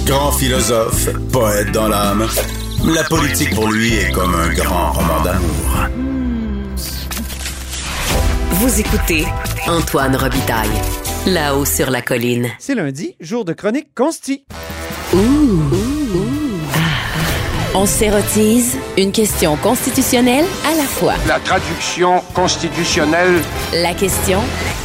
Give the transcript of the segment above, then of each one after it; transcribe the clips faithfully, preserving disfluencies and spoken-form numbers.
Grand philosophe, poète dans l'âme, la politique pour lui est comme un grand roman d'amour. Vous écoutez Antoine Robitaille, là-haut sur la colline. C'est lundi, jour de chronique consti. Ouh, ouh, ouh. Ah. On s'érotise une question constitutionnelle à la fois. La traduction constitutionnelle. La question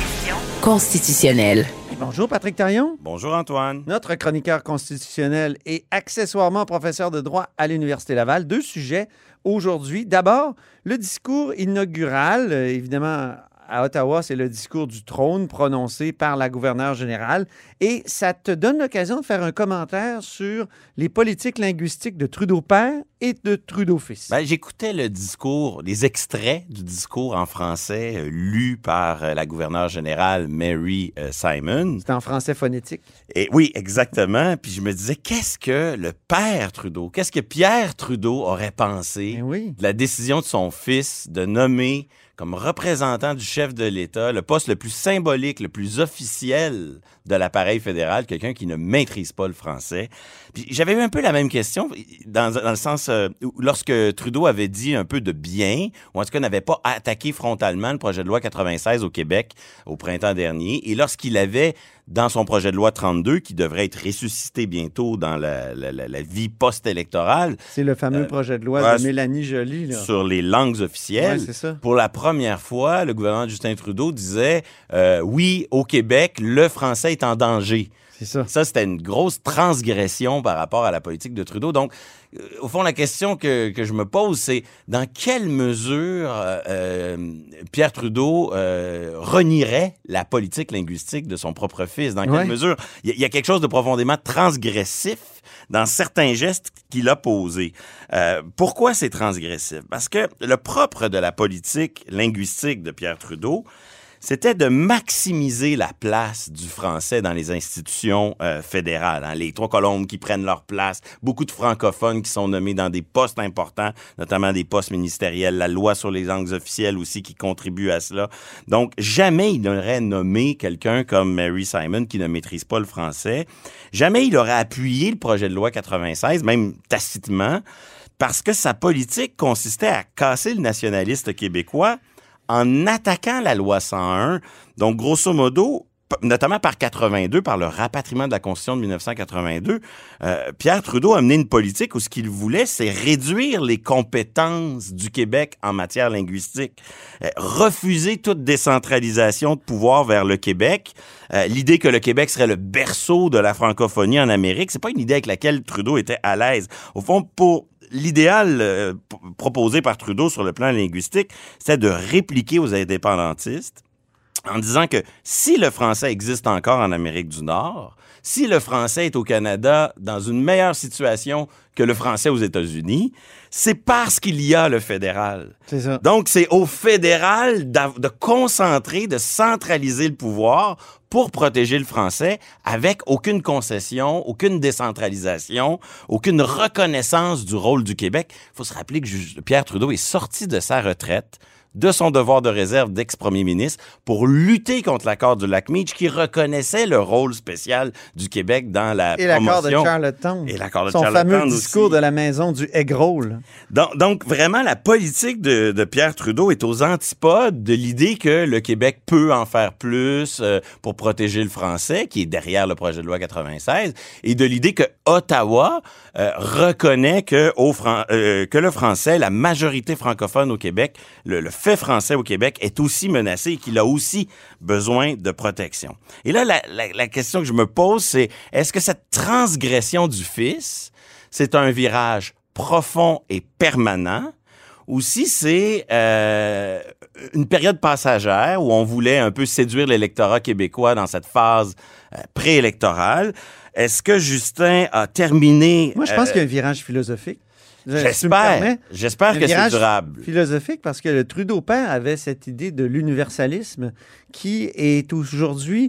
constitutionnelle. Bonjour Patrick Taillon. Bonjour Antoine. Notre chroniqueur constitutionnel et accessoirement professeur de droit à l'Université Laval. Deux sujets aujourd'hui. D'abord, le discours inaugural, euh, évidemment à Ottawa, c'est le discours du trône prononcé par la gouverneure générale. Et ça te donne l'occasion de faire un commentaire sur les politiques linguistiques de Trudeau père et de Trudeau fils. Ben, j'écoutais le discours, les extraits du discours en français euh, lus par euh, la gouverneure générale Mary euh, Simon. C'était en français phonétique. Et oui, exactement. Puis je me disais, qu'est-ce que le père Trudeau, qu'est-ce que Pierre Trudeau aurait pensé Ben oui. de la décision de son fils de nommer comme représentant du chef de l'État, le poste le plus symbolique, le plus officiel de l'appareil fédéral, quelqu'un qui ne maîtrise pas le français. Puis j'avais eu un peu la même question, dans, dans le sens euh, où lorsque Trudeau avait dit un peu de bien, ou en tout cas n'avait pas attaqué frontalement le projet de loi quatre-vingt-seize au Québec au printemps dernier, et lorsqu'il avait dans son projet de loi trente-deux, qui devrait être ressuscité bientôt dans la, la, la, la vie post-électorale. C'est le fameux euh, projet de loi ouais, de Mélanie Joly. Là. Sur les langues officielles. Ouais, c'est ça. Pour la première fois, le gouvernement de Justin Trudeau disait euh, oui, au Québec, le français est en danger. C'est ça. Ça, c'était une grosse transgression par rapport à la politique de Trudeau. Donc, euh, au fond, la question que, que je me pose, c'est dans quelle mesure euh, euh, Pierre Trudeau euh, renierait la politique linguistique de son propre fils? Dans quelle Ouais. mesure? Il y, y a quelque chose de profondément transgressif dans certains gestes qu'il a posés. Euh, pourquoi c'est transgressif? Parce que le propre de la politique linguistique de Pierre Trudeau, c'était de maximiser la place du français dans les institutions euh, fédérales. Hein. Les trois colombes qui prennent leur place, beaucoup de francophones qui sont nommés dans des postes importants, notamment des postes ministériels, la loi sur les langues officielles aussi qui contribue à cela. Donc, jamais il n'aurait nommé quelqu'un comme Mary Simon qui ne maîtrise pas le français. Jamais il aurait appuyé le projet de loi quatre-vingt-seize, même tacitement, parce que sa politique consistait à casser le nationaliste québécois en attaquant la loi cent un. Donc, grosso modo, p- notamment par quatre-vingt-deux, par le rapatriement de la Constitution de dix-neuf cent quatre-vingt-deux, euh, Pierre Trudeau a mené une politique où ce qu'il voulait, c'est réduire les compétences du Québec en matière linguistique, euh, refuser toute décentralisation de pouvoir vers le Québec. Euh, l'idée que le Québec serait le berceau de la francophonie en Amérique, c'est pas une idée avec laquelle Trudeau était à l'aise. Au fond, pour l'idéal euh, p- proposé par Trudeau sur le plan linguistique, c'était de répliquer aux indépendantistes en disant que si le français existe encore en Amérique du Nord, si le français est au Canada dans une meilleure situation que le français aux États-Unis, c'est parce qu'il y a le fédéral. C'est ça. Donc, c'est au fédéral d'av- de concentrer, de centraliser le pouvoir pour protéger le français avec aucune concession, aucune décentralisation, aucune reconnaissance du rôle du Québec. Il faut se rappeler que Ju- Pierre Trudeau est sorti de sa retraite, de son devoir de réserve d'ex-premier ministre pour lutter contre l'accord du Lac-Meach qui reconnaissait le rôle spécial du Québec dans la Et l'accord de promotion. Charlottetown. Et l'accord de Son Charlottetown fameux discours aussi. de la maison du egg roll. Donc, donc, vraiment, la politique de, de Pierre Trudeau est aux antipodes de l'idée que le Québec peut en faire plus euh, pour protéger le français, qui est derrière le projet de loi quatre-vingt-seize, et de l'idée que Ottawa euh, reconnaît que, au Fran- euh, que le français, la majorité francophone au Québec, le, le fait français au Québec est aussi menacé et qu'il a aussi besoin de protection. Et là, la, la, la question que je me pose, c'est est-ce que cette transgression du fils, c'est un virage profond et permanent, ou si c'est euh, une période passagère où on voulait un peu séduire l'électorat québécois dans cette phase euh, préélectorale. Est-ce que Justin a terminé... Moi, je pense euh, qu'il y a un virage philosophique. Si tu me J'espère. permets. J'espère Un que c'est virage durable. philosophique parce que le Trudeau père avait cette idée de l'universalisme qui est aujourd'hui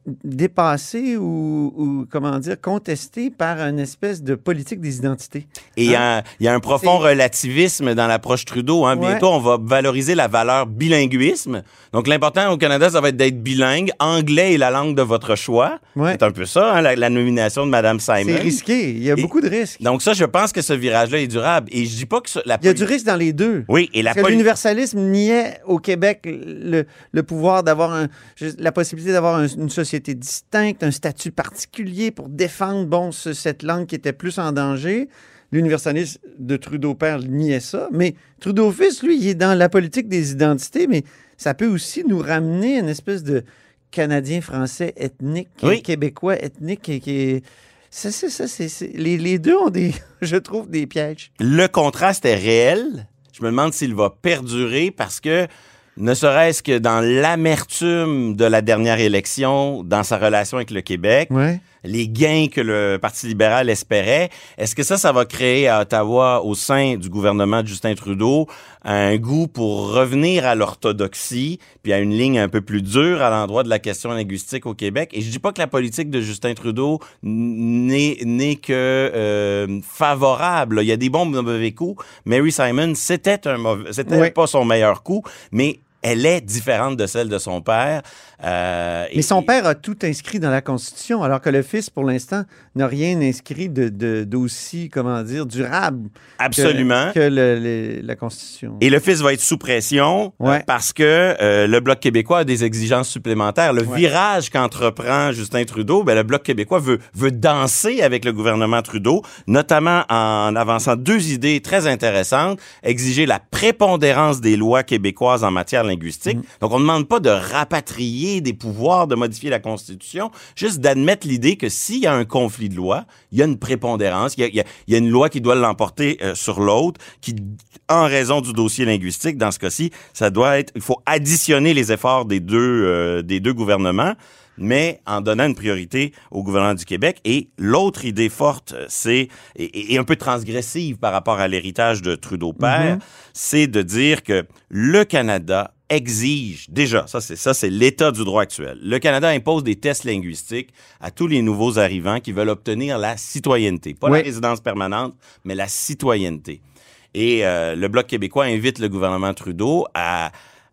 dépassé ou, ou, comment dire, contesté par une espèce de politique des identités. Et il hein? y, y a un profond C'est... relativisme dans l'approche Trudeau. Hein. Ouais. Bientôt, on va valoriser la valeur bilinguisme. Donc, l'important au Canada, ça va être d'être bilingue. Anglais est la langue de votre choix. Ouais. C'est un peu ça, hein, la, la nomination de Mme Simon. C'est risqué. Il y a Et, beaucoup de risques. Donc ça, je pense que ce virage-là est durable. Et je dis pas que ça, la Il y a du risque dans les deux. Oui, et la Parce que poli- l'universalisme niait au Québec le, le pouvoir d'avoir un, la possibilité d'avoir un, une société distincte, un statut particulier pour défendre bon, ce, cette langue qui était plus en danger. L'universalisme de Trudeau père niait ça. Mais Trudeau fils, lui, il est dans la politique des identités, mais ça peut aussi nous ramener à une espèce de Canadien français ethnique, oui. Québécois ethnique qui, qui est... C'est ça, c'est, c'est, c'est. Les, les deux ont des, je trouve, des pièges. Le contraste est réel. Je me demande s'il va perdurer parce que, ne serait-ce que dans l'amertume de la dernière élection, dans sa relation avec le Québec, ouais. les gains que le Parti libéral espérait, est-ce que ça, ça va créer à Ottawa, au sein du gouvernement de Justin Trudeau, un goût pour revenir à l'orthodoxie, puis à une ligne un peu plus dure à l'endroit de la question linguistique au Québec? Et je dis pas que la politique de Justin Trudeau n'est, n'est que euh, favorable. Il y a des bons et mauvais coups. Mary Simon, c'était un mauvais, c'était oui. pas son meilleur coup, mais elle est différente de celle de son père. Euh, Mais et, son père a tout inscrit dans la Constitution, alors que le fils, pour l'instant, n'a rien inscrit de, de, d'aussi, comment dire, durable absolument. que, que le, le, la Constitution. Et le fils va être sous pression ouais. euh, parce que euh, le Bloc québécois a des exigences supplémentaires. Le ouais. virage qu'entreprend Justin Trudeau, ben, le Bloc québécois veut, veut danser avec le gouvernement Trudeau, notamment en avançant deux idées très intéressantes. Exiger la prépondérance des lois québécoises en matière linguistique. Mmh. Donc, on ne demande pas de rapatrier des pouvoirs de modifier la Constitution, juste d'admettre l'idée que s'il y a un conflit de loi, il y a une prépondérance, il y a, il y a, il y a une loi qui doit l'emporter euh, sur l'autre, qui, en raison du dossier linguistique, dans ce cas-ci, ça doit être, il faut additionner les efforts des deux, euh, des deux gouvernements, mais en donnant une priorité au gouvernement du Québec. Et l'autre idée forte, c'est, et, et un peu transgressive par rapport à l'héritage de Trudeau père, mm-hmm. c'est de dire que le Canada exige, déjà, ça c'est ça c'est l'état du droit actuel. Le Canada impose des tests linguistiques à tous les nouveaux arrivants qui veulent obtenir la citoyenneté. Pas oui. la résidence permanente, mais la citoyenneté. Et euh, le Bloc québécois invite le gouvernement Trudeau à,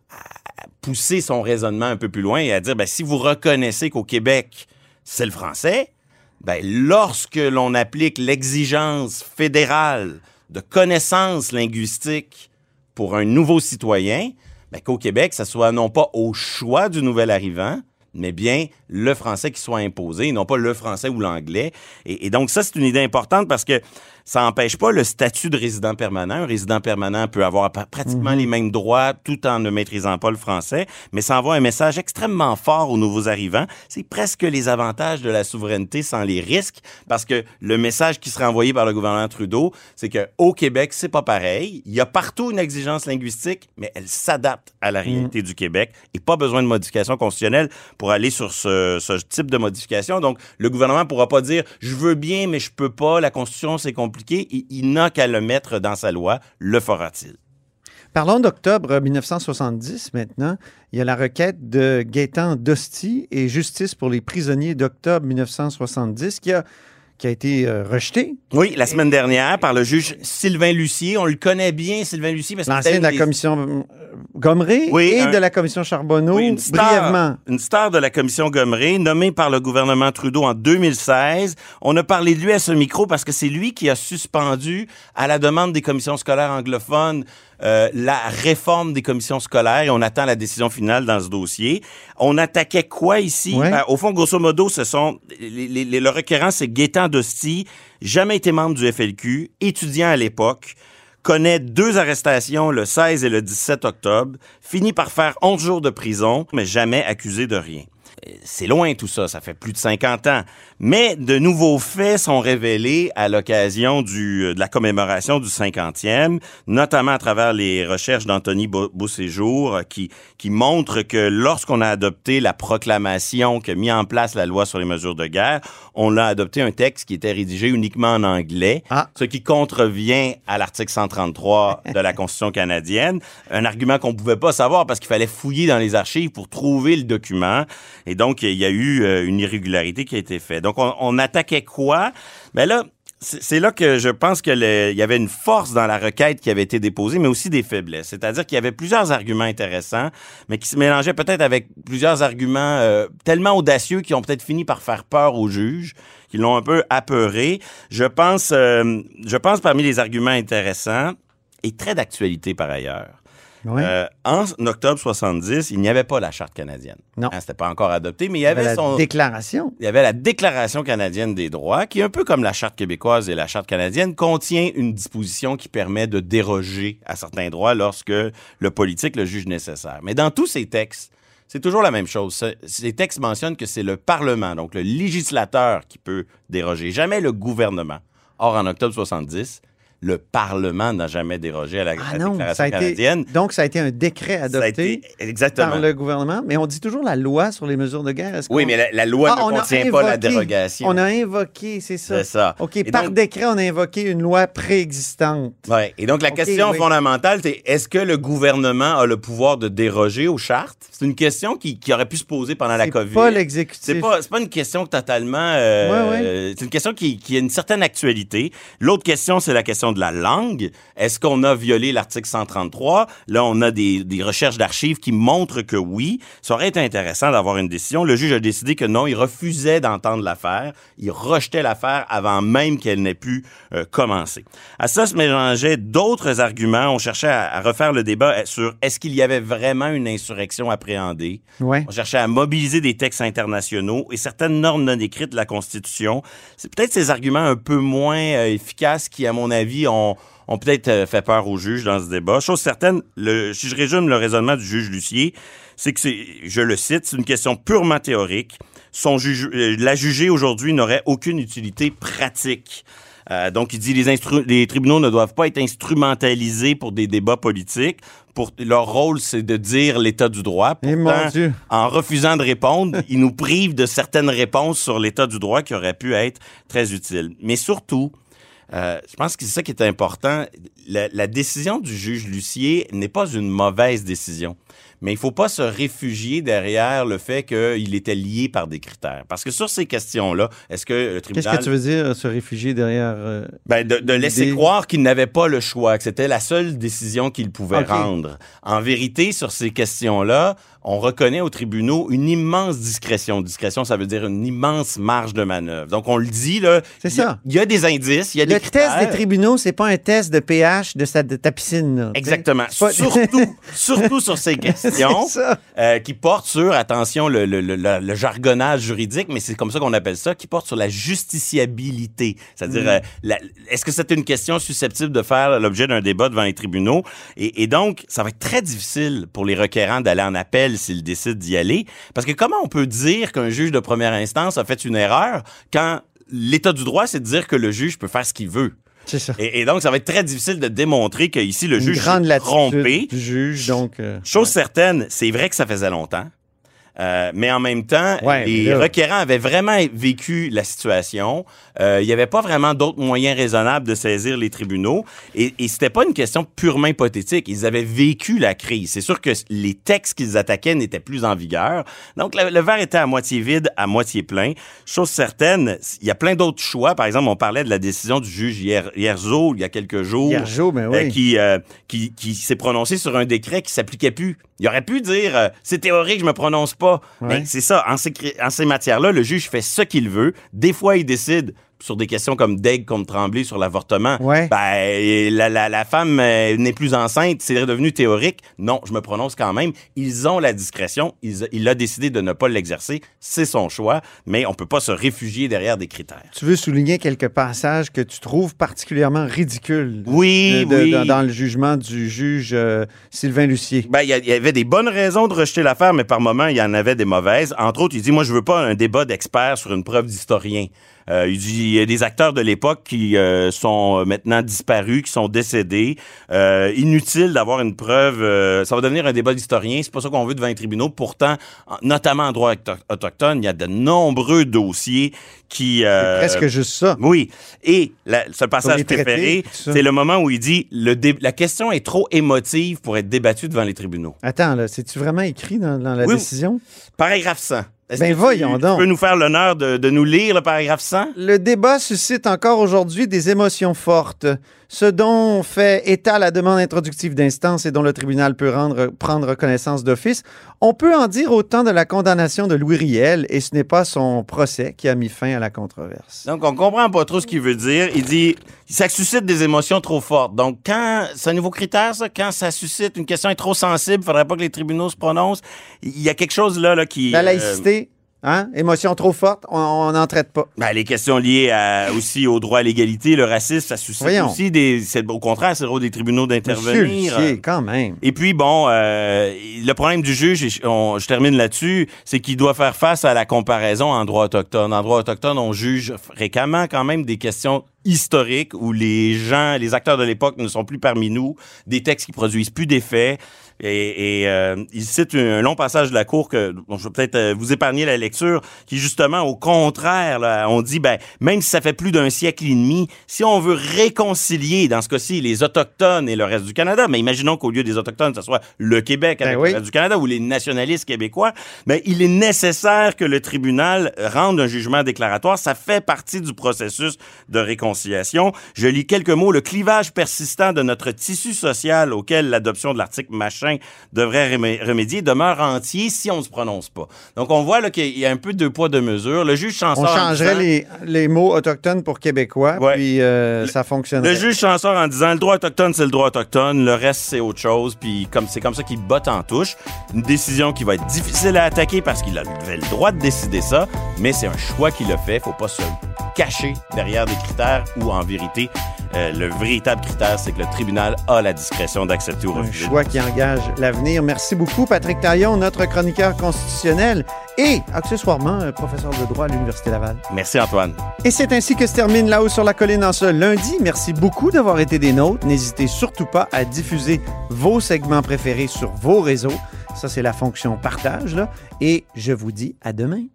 à pousser son raisonnement un peu plus loin et à dire, ben, si vous reconnaissez qu'au Québec, c'est le français, ben, lorsque l'on applique l'exigence fédérale de connaissances linguistiques pour un nouveau citoyen, ben, qu'au Québec, ça soit non pas au choix du nouvel arrivant, mais bien le français qui soit imposé, non pas le français ou l'anglais. Et, et donc, ça, c'est une idée importante parce que ça n'empêche pas le statut de résident permanent. Un résident permanent peut avoir pratiquement mmh. les mêmes droits tout en ne maîtrisant pas le français, mais ça envoie un message extrêmement fort aux nouveaux arrivants. C'est presque les avantages de la souveraineté sans les risques, parce que le message qui serait envoyé par le gouvernement Trudeau, c'est qu'au Québec, c'est pas pareil. Il y a partout une exigence linguistique, mais elle s'adapte à la réalité mmh. du Québec et pas besoin de modification constitutionnelle pour aller sur ce, ce type de modification. Donc, le gouvernement ne pourra pas dire « je veux bien, mais je peux pas, la Constitution, c'est compliqué ». Il, il n'a qu'à le mettre dans sa loi. Le fera-t-il? Parlons d'octobre dix-neuf cent soixante-dix maintenant. Il y a la requête de Gaétan Dostie et Justice pour les prisonniers d'octobre dix-neuf cent soixante-dix qui a, qui a été euh, rejetée. Oui, la semaine dernière par le juge Sylvain Lucier. On le connaît bien, Sylvain Lucier. Parce l'ancien de la des... commission Gomery oui, et un... de la commission Charbonneau, oui, une star, brièvement. Une star de la commission Gomery, nommée par le gouvernement Trudeau en deux mille seize. On a parlé de lui à ce micro parce que c'est lui qui a suspendu, à la demande des commissions scolaires anglophones, Euh, la réforme des commissions scolaires et on attend la décision finale dans ce dossier. On attaquait quoi ici? Ouais. Euh, au fond, grosso modo, ce sont les, les, les, le requérant, c'est Gaétan Dostie, jamais été membre du F L Q, étudiant à l'époque, connaît deux arrestations le seize et le dix-sept octobre, finit par faire onze jours de prison, mais jamais accusé de rien. C'est loin tout ça, ça fait plus de cinquante ans. Mais de nouveaux faits sont révélés à l'occasion du, de la commémoration du cinquantième, notamment à travers les recherches d'Anthony Beauséjour qui, qui montrent que lorsqu'on a adopté la proclamation qui a mis en place la loi sur les mesures de guerre, on a adopté un texte qui était rédigé uniquement en anglais, ah. ce qui contrevient à l'article cent trente-trois de la Constitution canadienne. Un argument qu'on ne pouvait pas savoir parce qu'il fallait fouiller dans les archives pour trouver le document. Et Et donc, il y a eu euh, une irrégularité qui a été faite. Donc, on, on attaquait quoi? Ben là, c'est là que je pense que le, il y avait une force dans la requête qui avait été déposée, mais aussi des faiblesses. C'est-à-dire qu'il y avait plusieurs arguments intéressants, mais qui se mélangeaient peut-être avec plusieurs arguments euh, tellement audacieux qui ont peut-être fini par faire peur aux juges, qui l'ont un peu apeuré. Je pense, euh, je pense parmi les arguments intéressants, et très d'actualité par ailleurs, Oui. Euh, en octobre soixante-dix, il n'y avait pas la Charte canadienne. Non. Hein, c'était pas encore adopté, mais il y Il y avait, avait la son... déclaration. Il y avait la Déclaration canadienne des droits, qui est un peu comme la Charte québécoise et la Charte canadienne, contient une disposition qui permet de déroger à certains droits lorsque le politique le juge nécessaire. Mais dans tous ces textes, c'est toujours la même chose. Ces textes mentionnent que c'est le Parlement, donc le législateur, qui peut déroger, jamais le gouvernement. Or, en octobre soixante-dix, le Parlement n'a jamais dérogé à la, Ah la non, Déclaration ça a été, canadienne. donc ça a été un décret Ça a adopté été, exactement. par le gouvernement, mais on dit toujours la loi sur les mesures de guerre. Est-ce Oui, qu'on- mais la, la loi Ah, on ne a contient pas la invoqué- dérogation. On a invoqué, c'est ça. C'est ça. OK, Et par donc- décret, on a invoqué une loi préexistante. Ouais. Et donc, la OK, question oui. fondamentale, c'est est-ce que le gouvernement a le pouvoir de déroger aux chartes? C'est une question qui, qui aurait pu se poser pendant la C'est COVID. pas l'exécutif. C'est pas, c'est pas une question totalement... euh, Ouais, euh, C'est une question qui, qui a une certaine actualité. L'autre question, c'est la question de la langue. Est-ce qu'on a violé l'article cent trente-trois? Là, on a des, des recherches d'archives qui montrent que oui. Ça aurait été intéressant d'avoir une décision. Le juge a décidé que non, il refusait d'entendre l'affaire. Il rejetait l'affaire avant même qu'elle n'ait pu euh, commencer. À ça se mélangeaient d'autres arguments. On cherchait à, à refaire le débat sur est-ce qu'il y avait vraiment une insurrection appréhendée? Ouais. On cherchait à mobiliser des textes internationaux et certaines normes non écrites de la Constitution. C'est peut-être ces arguments un peu moins euh, efficaces qui, à mon avis, ont, ont peut-être euh, fait peur aux juges dans ce débat. Chose certaine, le, si je résume le raisonnement du juge Lucier, c'est que c'est, je le cite, c'est une question purement théorique. Son juge, euh, la juger aujourd'hui n'aurait aucune utilité pratique. Euh, donc, il dit les, instru- les tribunaux ne doivent pas être instrumentalisés pour des débats politiques. Pour, leur rôle, c'est de dire l'état du droit. Eh, mon Pourtant, Dieu. en refusant de répondre, ils nous privent de certaines réponses sur l'état du droit qui auraient pu être très utiles. Mais surtout, euh, je pense que c'est ça qui est important. La, la décision du juge Lucier n'est pas une mauvaise décision. Mais il ne faut pas se réfugier derrière le fait qu'il était lié par des critères. Parce que sur ces questions-là, est-ce que le tribunal... Qu'est-ce que tu veux dire, se réfugier derrière... euh, Ben, de, de laisser des- croire qu'il n'avait pas le choix, que c'était la seule décision qu'il pouvait OK. rendre. En vérité, sur ces questions-là, on reconnaît aux tribunaux une immense discrétion. Discrétion, ça veut dire une immense marge de manœuvre. Donc, on le dit, là. C'est il y a- ça. Il y a des indices, il y a Le des critères. test des tribunaux, c'est pas un test de pH de, sa, de ta piscine. là, tu sais. Exactement. C'est pas- Surtout, surtout sur ces questions C'est ça. euh, qui portent sur, attention, le, le, le, le- le jargonnage juridique, mais c'est comme ça qu'on appelle ça, qui porte sur la justiciabilité. C'est-à-dire, Mm. euh, la- est-ce que c'est une question susceptible de faire l'objet d'un débat devant les tribunaux? Et, et donc, ça va être très difficile pour les requérants d'aller en appel s'ils décident d'y aller. Parce que comment on peut dire qu'un juge de première instance a fait une erreur quand l'état du droit, c'est de dire que le juge peut faire ce qu'il veut? C'est ça. Et, et donc, ça va être très difficile de démontrer qu'ici, le Une juge grande s'est latitude trompé. du juge, donc... euh, Chose certaine, c'est vrai que ça faisait longtemps. Euh, mais en même temps, Ouais, les mais là- requérants avaient vraiment vécu la situation. Euh, il n'y avait pas vraiment d'autres moyens raisonnables de saisir les tribunaux. Et, et c'était pas une question purement hypothétique. Ils avaient vécu la crise. C'est sûr que les textes qu'ils attaquaient n'étaient plus en vigueur. Donc, le, le verre était à moitié vide, à moitié plein. Chose certaine, il y a plein d'autres choix. Par exemple, on parlait de la décision du juge Hier- Hiergeau il y a quelques jours. Hiergeau, ben oui. euh, qui, euh, qui, qui s'est prononcé sur un décret qui s'appliquait plus. Il aurait pu dire euh, c'est théorique, je me prononce pas. Ouais. Mais c'est ça, en ces, cri- en ces matières-là, le juge fait ce qu'il veut. Des fois, il décide sur des questions comme Daigle contre Tremblay sur l'avortement. Ouais. Ben, la, la, la femme euh, n'est plus enceinte, c'est redevenu théorique. Non, je me prononce quand même. Ils ont la discrétion. Ils, il a décidé de ne pas l'exercer. C'est son choix, mais on peut pas se réfugier derrière des critères. Tu veux souligner quelques passages que tu trouves particulièrement ridicules Oui, de- de- oui. dans, dans le jugement du juge euh, Sylvain Lucier. Ben, il y, a- il y avait des bonnes raisons de rejeter l'affaire, mais par moments, il y en avait des mauvaises. Entre autres, il dit, moi, je veux pas un débat d'experts sur une preuve d'historien. Euh, il dit, il y a des acteurs de l'époque qui euh, sont maintenant disparus, qui sont décédés. Euh, inutile d'avoir une preuve. Euh, ça va devenir un débat d'historien. C'est pas ça qu'on veut devant les tribunaux. Pourtant, en- notamment en droit auto- autochtone, il y a de nombreux dossiers qui... euh, C'est presque juste ça. Oui. Et la, ce passage les traités, préféré, tout ça. c'est le moment où il dit, le dé- la question est trop émotive pour être débattue devant les tribunaux. Attends, là, c'est-tu vraiment écrit dans, dans la Oui. décision? Paragraphe cent. Est-ce Ben que tu- voyons tu donc. peux nous faire l'honneur de, de nous lire le paragraphe cent? Le débat suscite encore aujourd'hui des émotions fortes, ce dont fait état la demande introductive d'instance et dont le tribunal peut rendre, prendre connaissance d'office. On peut en dire autant de la condamnation de Louis Riel, et ce n'est pas son procès qui a mis fin à la controverse. Donc, on comprend pas trop ce qu'il veut dire. Il dit, ça suscite des émotions trop fortes. Donc, quand, c'est un nouveau critère, ça, quand ça suscite, une question est trop sensible, il faudrait pas que les tribunaux se prononcent. Il y a quelque chose là, là qui... La euh, laïcité, hein? Émotion trop forte, on n'en traite pas. Ben, les questions liées à, aussi au droit à l'égalité, le racisme, ça suscite Voyons. aussi des... C'est, au contraire, c'est le rôle des tribunaux Monsieur d'intervenir. Lucier, quand même. Et puis, bon, euh, le problème du juge, et je, on- je termine là-dessus, c'est qu'il doit faire face à la comparaison en droit autochtone. En droit autochtone, on juge fréquemment quand même des questions historiques où les gens, les acteurs de l'époque ne sont plus parmi nous, des textes qui produisent plus d'effets. Et, et euh, il cite un, un long passage de la Cour que bon, je vais peut-être euh, vous épargner la lecture, qui justement, au contraire, là, on dit, ben, même si ça fait plus d'un siècle et demi, si on veut réconcilier, dans ce cas-ci, les Autochtones et le reste du Canada, mais imaginons qu'au lieu des Autochtones, ce soit le Québec avec Ben oui. le reste du Canada ou les nationalistes québécois, ben, il est nécessaire que le tribunal rende un jugement déclaratoire. Ça fait partie du processus de réconciliation. Je lis quelques mots. Le clivage persistant de notre tissu social auquel l'adoption de l'article machin devrait remé- remédier demeure entier si on ne se prononce pas. Donc, on voit là, qu'il y a un peu deux poids, deux mesures. Le juge s'en On sort en changerait disant- les, les mots autochtones pour québécois, Ouais. puis euh, ça fonctionnerait. Le juge s'en sort en disant le droit autochtone, c'est le droit autochtone, le reste, c'est autre chose, puis comme c'est comme ça qu'il botte en touche. Une décision qui va être difficile à attaquer parce qu'il avait le droit de décider ça, mais c'est un choix qu'il a fait. Faut pas se cacher derrière des critères où, en vérité, euh, le véritable critère, c'est que le tribunal a la discrétion d'accepter ou Un refuser. choix qui engage l'avenir. Merci beaucoup, Patrick Taillon, notre chroniqueur constitutionnel et, accessoirement, euh, professeur de droit à l'Université Laval. Merci, Antoine. Et c'est ainsi que se termine Là-haut sur la colline en ce lundi. Merci beaucoup d'avoir été des nôtres. N'hésitez surtout pas à diffuser vos segments préférés sur vos réseaux. Ça, c'est la fonction partage, là. Et je vous dis à demain.